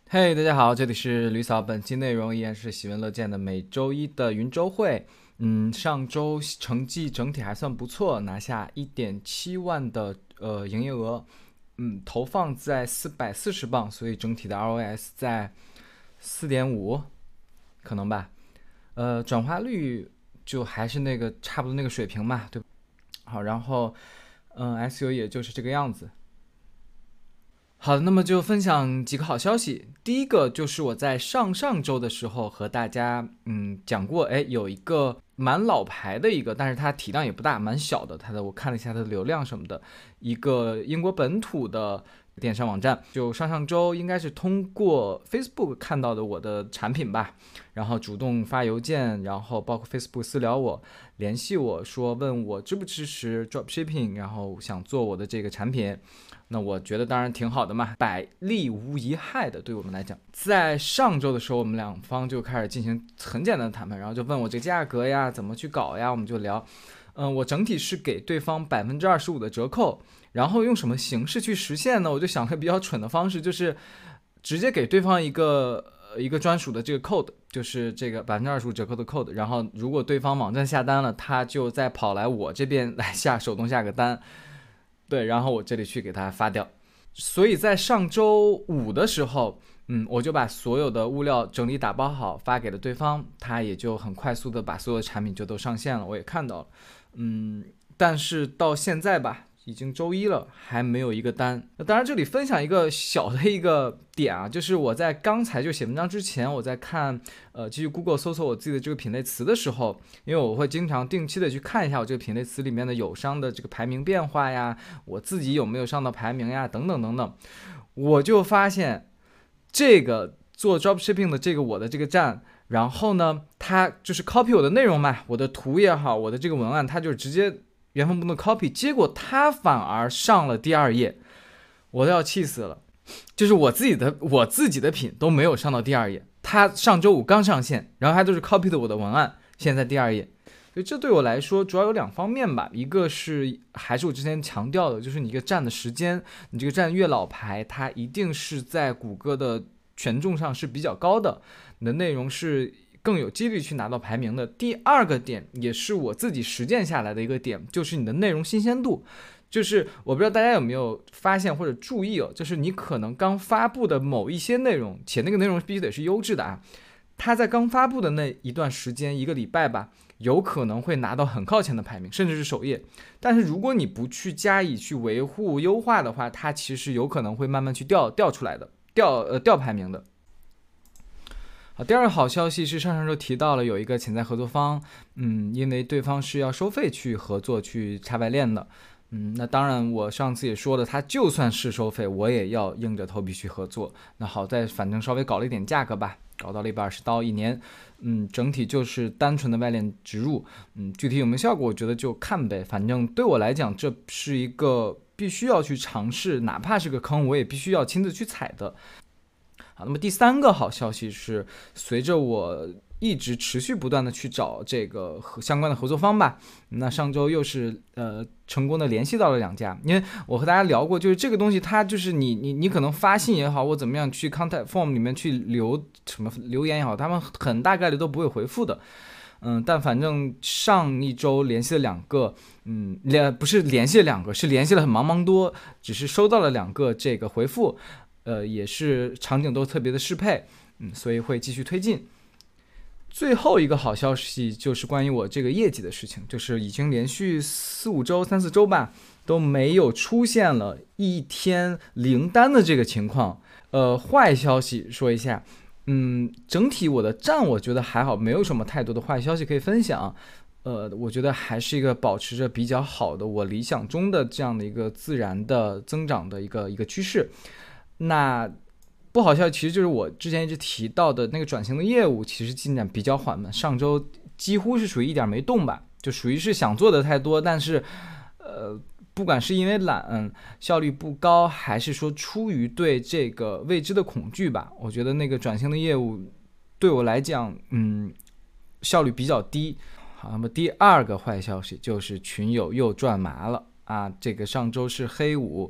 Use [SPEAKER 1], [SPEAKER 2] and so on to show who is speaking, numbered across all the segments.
[SPEAKER 1] 嘿，大家好，这里是吕嫂，本期内容依然是喜闻乐见的每周一的云周会。上周成绩整体还算不错，拿下1.7万的营业额，投放在440磅，所以整体的 ROS 在4.5，可能吧。转化率就还是那个差不多那个水平嘛，对吧？好，然后SU 也就是这个样子。好的，那么就分享几个好消息。第一个就是我在上上周的时候和大家讲过，有一个蛮老牌的一个，但是它体量也不大，蛮小的。我看了一下它的流量什么的，一个英国本土的电商网站，就上上周应该是通过 Facebook 看到的我的产品吧，然后主动发邮件，然后包括 Facebook 私聊我，联系我说问我支不支持 dropshipping，然后想做我的这个产品。那我觉得当然挺好的嘛，百利无一害的，对我们来讲。在上周的时候，我们两方就开始进行很简单的谈判，然后就问我这个价格呀，怎么去搞呀，我们就聊。我整体是给对方25%的折扣，然后用什么形式去实现呢？我就想个比较蠢的方式，就是直接给对方一个专属的这个 code， 就是这个25%折扣的 code， 然后如果对方网站下单了，他就再跑来我这边来手动下个单。对，然后我这里去给他发掉。所以在上周五的时候，我就把所有的物料整理打包好发给了对方，他也就很快速的把所有的产品就都上线了，我也看到了。但是到现在吧，已经周一了，还没有一个单。那当然，这里分享一个小的一个点啊，就是我在刚才就写文章之前，我在看继续 Google 搜索我自己的这个品类词的时候，因为我会经常定期的去看一下我这个品类词里面的友商的这个排名变化呀，我自己有没有上到排名呀，等等等等，我就发现这个做 dropshipping 的这个我的这个站。然后呢，它就是 copy 我的内容嘛，我的图也好，我的这个文案，它就直接原封不动 copy， 结果它反而上了第二页，我都要气死了。就是我自己的品都没有上到第二页，它上周五刚上线，然后它都是 copy 的我的文案，现在第二页。所以这对我来说主要有两方面吧，一个是还是我之前强调的，就是你一个站的时间，你这个站越老牌，它一定是在谷歌的权重上是比较高的，你的内容是更有几率去拿到排名的。第二个点也是我自己实践下来的一个点，就是你的内容新鲜度。就是我不知道大家有没有发现或者注意就是你可能刚发布的某一些内容，且那个内容必须得是优质的啊，它在刚发布的那一段时间，一个礼拜吧，有可能会拿到很靠前的排名，甚至是首页。但是如果你不去加以去维护优化的话，它其实有可能会慢慢去掉出来的，掉排名的。好，第二个好消息是上周提到了有一个潜在合作方，因为对方是要收费去合作去插外链的，那当然我上次也说了，他就算是收费，我也要硬着头皮去合作。那好在反正稍微搞了一点价格吧，搞到了120刀一年，整体就是单纯的外链植入，具体有没有效果，我觉得就看呗。反正对我来讲，这是一个必须要去尝试，哪怕是个坑，我也必须要亲自去踩的。好，那么第三个好消息是，随着我一直持续不断的去找这个相关的合作方吧，那上周又是成功的联系到了2家，因为我和大家聊过，就是这个东西它就是你可能发信也好，或怎么样去 contact form 里面去什么留言也好，他们很大概率都不会回复的。但反正上一周联系了2个，不是联系了2个，是联系了很茫多，只是收到了2个这个回复。也是场景都特别的适配，所以会继续推进。最后一个好消息就是关于我这个业绩的事情，就是已经连续3、4周吧，都没有出现了一天零单的这个情况。坏消息说一下，整体我的站我觉得还好，没有什么太多的坏消息可以分享。我觉得还是一个保持着比较好的我理想中的这样的一个自然的增长的一个趋势。那不好笑，其实就是我之前一直提到的那个转型的业务，其实进展比较缓慢。上周几乎是属于一点没动吧，就属于是想做的太多，但是不管是因为懒、效率不高，还是说出于对这个未知的恐惧吧，我觉得那个转型的业务对我来讲，效率比较低。好，那么第二个坏消息就是群友又赚麻了啊！这个上周是黑五。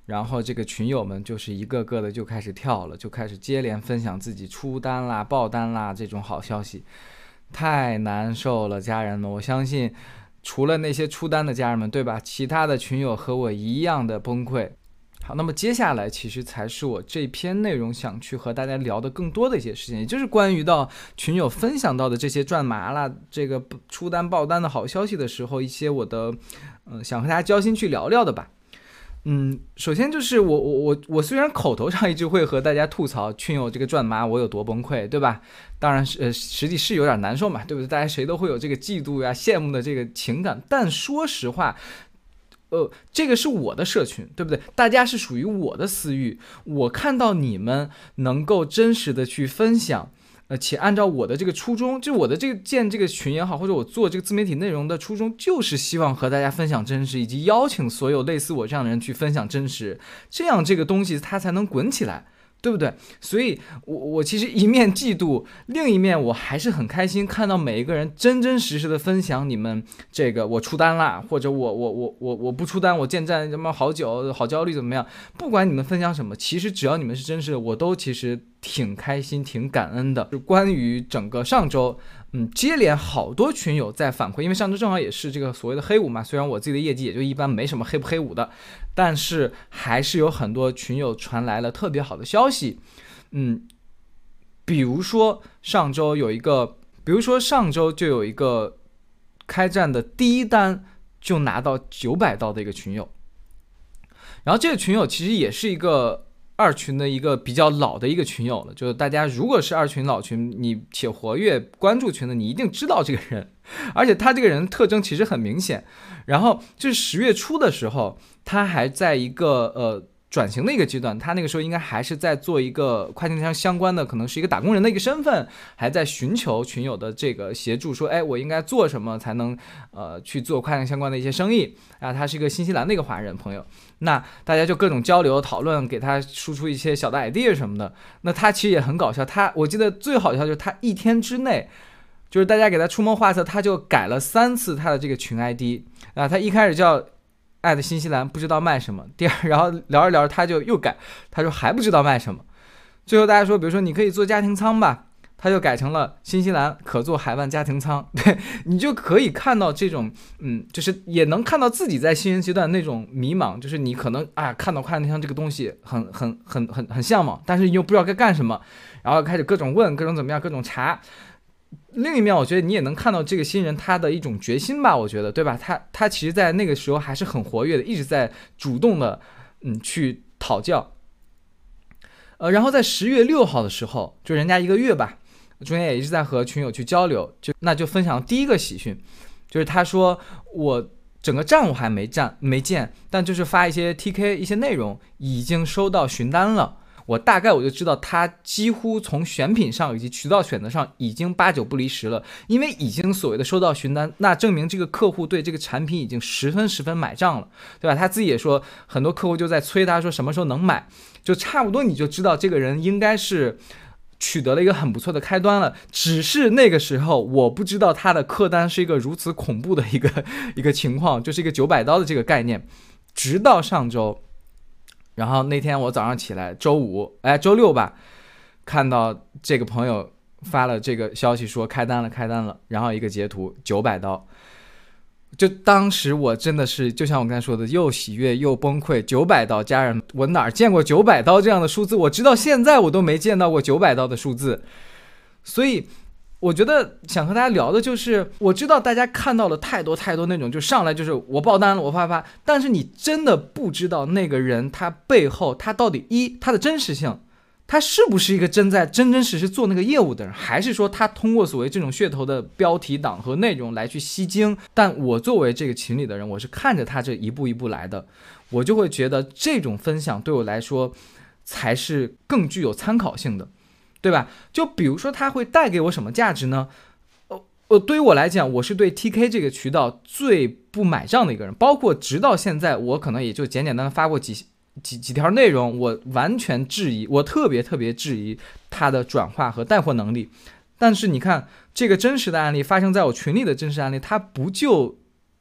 [SPEAKER 1] 然后这个群友们就是一个个的就开始跳了，就开始接连分享自己出单啦、爆单啦这种好消息，太难受了，家人们。我相信除了那些出单的家人们，对吧？其他的群友和我一样的崩溃。好，那么接下来其实才是我这篇内容想去和大家聊的更多的一些事情，也就是关于到群友分享到的这些赚麻啦、这个出单爆单的好消息的时候，一些我的想和大家交心去聊聊的吧。首先就是我虽然口头上一直会和大家吐槽群友这个赚麻我有多崩溃，对吧？当然实际是有点难受嘛，对不对？大家谁都会有这个嫉妒呀、羡慕的这个情感，但说实话。这个是我的社群，对不对？大家是属于我的私域，我看到你们能够真实的去分享，且按照我的这个初衷，就我的这个建这个群也好，或者我做这个自媒体内容的初衷，就是希望和大家分享真实，以及邀请所有类似我这样的人去分享真实，这样这个东西它才能滚起来。对不对？所以我其实一面嫉妒，另一面我还是很开心看到每一个人真真实实的分享你们这个我出单啦，或者我不出单，我建站什么好久好焦虑怎么样？不管你们分享什么，其实只要你们是真实的，我都其实挺开心挺感恩的。就关于整个上周接连好多群友在反馈，因为上周正好也是这个所谓的黑五嘛，虽然我自己的业绩也就一般，没什么黑不黑五的，但是还是有很多群友传来了特别好的消息。比如说上周就有一个开战的第一单就拿到900刀的一个群友，然后这个群友其实也是一个二群的一个比较老的一个群友了，就是大家如果是二群老群，你且活跃关注群的，你一定知道这个人，而且他这个人特征其实很明显。然后就是10月初的时候，他还在一个转型的一个阶段，他那个时候应该还是在做一个跨境电商相关的，可能是一个打工人的一个身份，还在寻求群友的这个协助，说我应该做什么才能去做跨境相关的一些生意啊。他是一个新西兰的一个华人朋友，那大家就各种交流讨论，给他输出一些小的 idea 什么的。那他其实也很搞笑，我记得最好笑就是他一天之内，就是大家给他出谋划策，他就改了3次他的这个群 ID 啊。他一开始叫爱的新西兰不知道卖什么，然后聊着聊着他就又改，他说还不知道卖什么，最后大家说比如说你可以做家庭舱吧，他就改成了新西兰可做海外家庭舱。对，你就可以看到这种就是也能看到自己在新人阶段那种迷茫，就是你可能看到跨境电商这个东西很向往，但是你又不知道该干什么，然后开始各种问各种怎么样各种查。另一面我觉得你也能看到这个新人他的一种决心吧，我觉得对吧，他其实在那个时候还是很活跃的，一直在主动的去讨教。然后在10月6号的时候，就人家1个月吧，中间也一直在和群友去交流，就分享第一个喜讯，就是他说我整个站我还没建，但就是发一些 TK 一些内容已经收到询单了。我大概就知道他几乎从选品上以及渠道选择上已经8、9不离10了，因为已经所谓的收到询单，那证明这个客户对这个产品已经十分买账了，对吧？他自己也说很多客户就在催他说什么时候能买，就差不多你就知道这个人应该是取得了一个很不错的开端了。只是那个时候我不知道他的客单是一个如此恐怖的一个情况，就是一个900刀的这个概念，直到上周。然后那天我早上起来，周六吧，看到这个朋友发了这个消息说开单了，然后一个截图900刀，就当时我真的是就像我刚才说的，又喜悦又崩溃。900刀，家人，我哪见过900刀这样的数字？我直到现在我都没见到过900刀的数字。所以我觉得想和大家聊的就是，我知道大家看到了太多那种就上来就是我爆单了我啪，但是你真的不知道那个人他背后他到底他的真实性，他是不是一个真实做那个业务的人，还是说他通过所谓这种噱头的标题党和内容来去吸睛。但我作为这个群里的人，我是看着他这一步一步来的，我就会觉得这种分享对我来说才是更具有参考性的，对吧？就比如说它会带给我什么价值呢？对于我来讲，我是对 TK 这个渠道最不买账的一个人，包括直到现在我可能也就简单的发过几条内容，我完全质疑，我特别质疑它的转化和带货能力。但是你看这个真实的案例发生在我群里的真实案例，它不就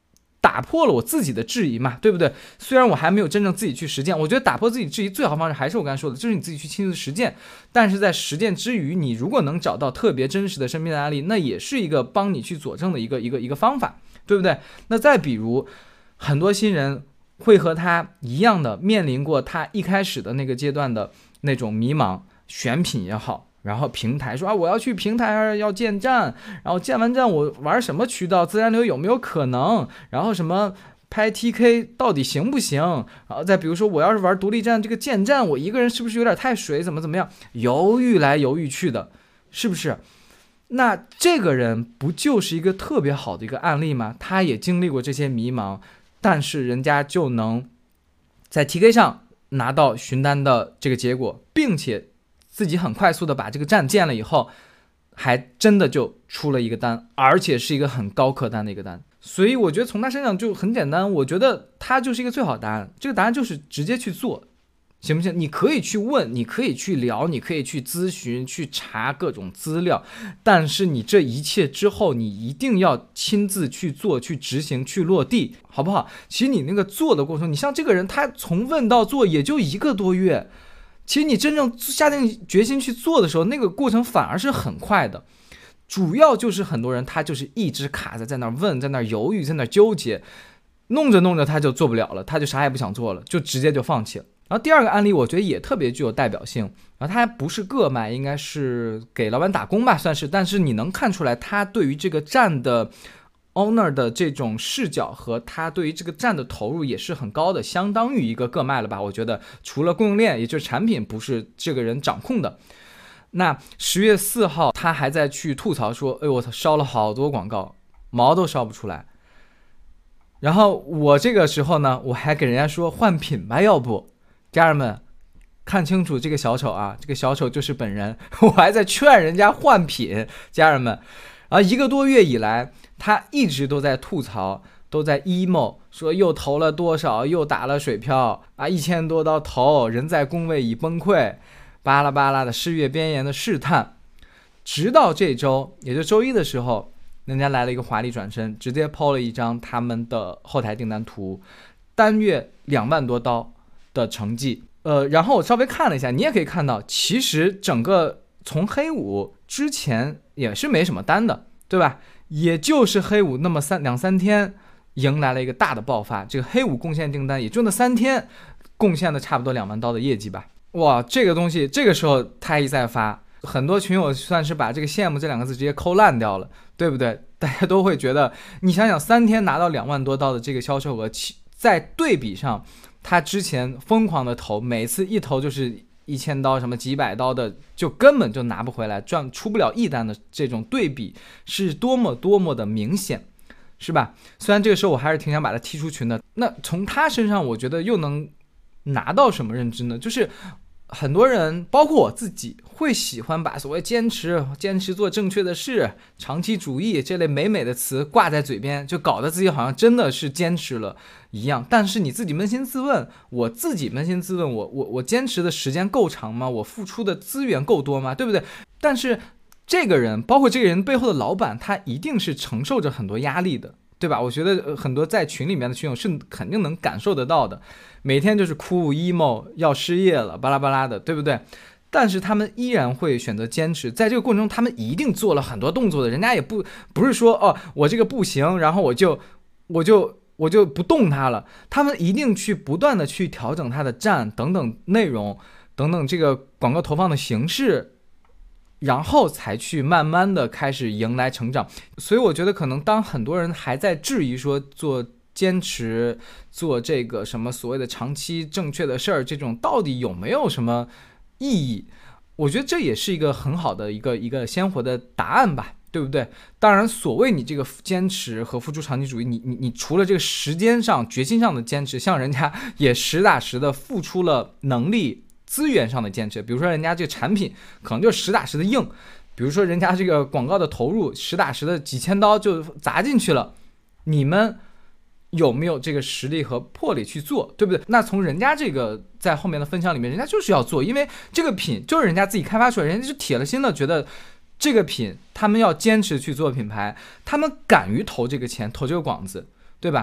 [SPEAKER 1] 打破了我自己的质疑嘛，对不对？虽然我还没有真正自己去实践，我觉得打破自己质疑最好方式还是我刚才说的，就是你自己去亲自实践。但是在实践之余，你如果能找到特别真实的身边的案例，那也是一个帮你去佐证的一个方法，对不对？那再比如，很多新人会和他一样的面临过他一开始的那个阶段的那种迷茫，选品也好，然后平台说我要去平台要建站，然后建完站我玩什么渠道，自然流有没有可能，然后什么拍 TK 到底行不行，然后再比如说我要是玩独立站这个建站，我一个人是不是有点太水，怎么样，犹豫来犹豫去的，是不是？那这个人不就是一个特别好的一个案例吗？他也经历过这些迷茫，但是人家就能在 TK 上拿到询单的这个结果，并且自己很快速的把这个站建了以后，还真的就出了一个单，而且是一个很高客单的一个单。所以我觉得从他身上就很简单，我觉得他就是一个最好的答案。这个答案就是直接去做，行不行？你可以去问，你可以去聊，你可以去咨询，去查各种资料，但是你这一切之后，你一定要亲自去做，去执行，去落地，好不好？其实你那个做的过程，你像这个人，他从问到做也就1个多月，其实你真正下定决心去做的时候，那个过程反而是很快的。主要就是很多人他就是一直卡在那问，在那犹豫，在那纠结，弄着弄着他就做不了了，他就啥也不想做了，就直接就放弃了。然后第二个案例我觉得也特别具有代表性，然后他还不是个卖，应该是给老板打工吧算是，但是你能看出来他对于这个站的 owner 的这种视角和他对于这个站的投入也是很高的，相当于一个个卖了吧，我觉得除了供应链也就是产品不是这个人掌控的。那10月4号他还在去吐槽说，哎我烧了好多广告，毛都烧不出来。然后我这个时候呢，我还给人家说换品吧，要不家人们看清楚这个小丑啊，这个小丑就是本人，我还在劝人家换品，家人们。然后1个多月以来，他一直都在吐槽，都在 emo， 说又投了多少，又打了水漂啊，1000多刀投，人在工位已崩溃，巴拉巴拉的事业边缘的试探。直到这周，也就周一的时候，人家来了一个华丽转身，直接抛了一张他们的后台订单图，单月2万多刀的成绩。然后我稍微看了一下，你也可以看到，其实整个从黑五之前也是没什么单的，对吧？也就是黑五那么2、3天迎来了一个大的爆发，这个黑五贡献订单也就那3天贡献了差不多2万刀的业绩吧。哇，这个东西这个时候他一再发，很多群友算是把这个羡慕这2个字直接抠烂掉了，对不对？大家都会觉得，你想想3天拿到2万多刀的这个销售额，在对比上他之前疯狂的投，每次一投就是1000刀，什么几百刀的，就根本就拿不回来，出不了1单的这种对比是多么多么的明显，是吧？虽然这个时候我还是挺想把他踢出群的。那从他身上我觉得又能拿到什么认知呢？就是很多人包括我自己会喜欢把所谓坚持做正确的事，长期主义这类美美的词挂在嘴边，就搞得自己好像真的是坚持了一样。但是你自己扪心自问，我自己扪心自问，我坚持的时间够长吗？我付出的资源够多吗？对不对？但是这个人包括这个人背后的老板，他一定是承受着很多压力的，对吧？我觉得很多在群里面的群友是肯定能感受得到的，每天就是哭 emo 要失业了巴拉巴拉的，对不对？但是他们依然会选择坚持，在这个过程中他们一定做了很多动作的，人家也不是说哦我这个不行，然后我就不动它了，他们一定去不断的去调整它的站等等内容等等这个广告投放的形式，然后才去慢慢的开始迎来成长。所以我觉得可能当很多人还在质疑说做坚持做这个什么所谓的长期正确的事儿，这种到底有没有什么意义，我觉得这也是一个很好的一个鲜活的答案吧，对不对？当然所谓你这个坚持和付出长期主义，你除了这个时间上决心上的坚持，像人家也实打实的付出了能力资源上的坚持，比如说人家这个产品可能就实打实的硬，比如说人家这个广告的投入实打实的几千刀就砸进去了，你们有没有这个实力和魄力去做，对不对？那从人家这个在后面的分享里面，人家就是要做，因为这个品就是人家自己开发出来，人家就铁了心的觉得这个品他们要坚持去做品牌，他们敢于投这个钱投这个广子，对吧？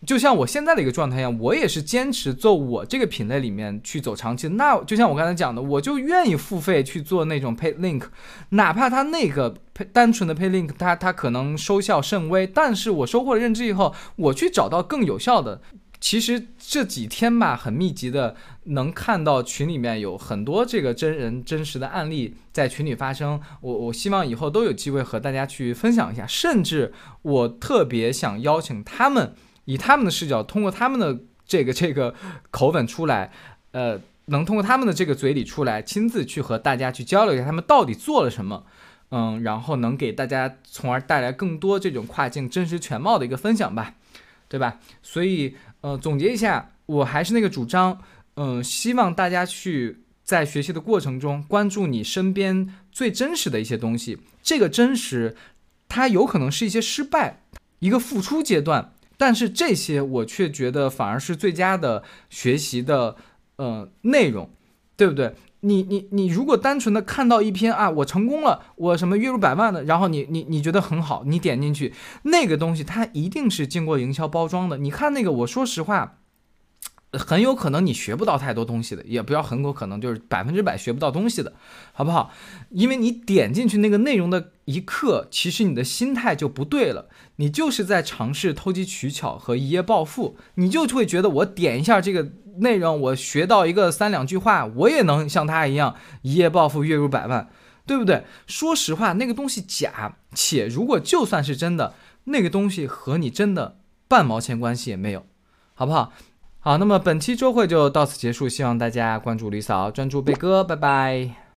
[SPEAKER 1] 就像我现在的一个状态一样，我也是坚持做我这个品类里面去走长期。那就像我刚才讲的，我就愿意付费去做那种 paid link， 哪怕它那个单纯的 paid link 它可能收效甚微，但是我收获了认知以后，我去找到更有效的。其实这几天吧，很密集的能看到群里面有很多这个真实的案例在群里发生，我希望以后都有机会和大家去分享一下，甚至我特别想邀请他们以他们的视角，通过他们的这个口吻出来，能通过他们的这个嘴里出来，亲自去和大家去交流一下他们到底做了什么，然后能给大家从而带来更多这种跨境真实全貌的一个分享吧，对吧？所以总结一下，我还是那个主张，希望大家去在学习的过程中关注你身边最真实的一些东西，这个真实它有可能是一些失败，一个付出阶段，但是这些我却觉得反而是最佳的学习的内容，对不对？你如果单纯的看到一篇啊，我成功了，我什么月入100万的，然后你觉得很好，你点进去，那个东西它一定是经过营销包装的。你看那个，我说实话，很有可能你学不到太多东西的，也不要很有可能就是100%学不到东西的，好不好？因为你点进去那个内容的一刻，其实你的心态就不对了，你就是在尝试投机取巧和一夜暴富，你就会觉得我点一下这个内容，我学到一个3、2句话，我也能像他一样一夜暴富，月入100万，对不对？说实话，那个东西假，且如果就算是真的，那个东西和你真的半毛钱关系也没有，好不好？好，那么本期周会就到此结束，希望大家关注吕嫂，专注贝哥，拜拜。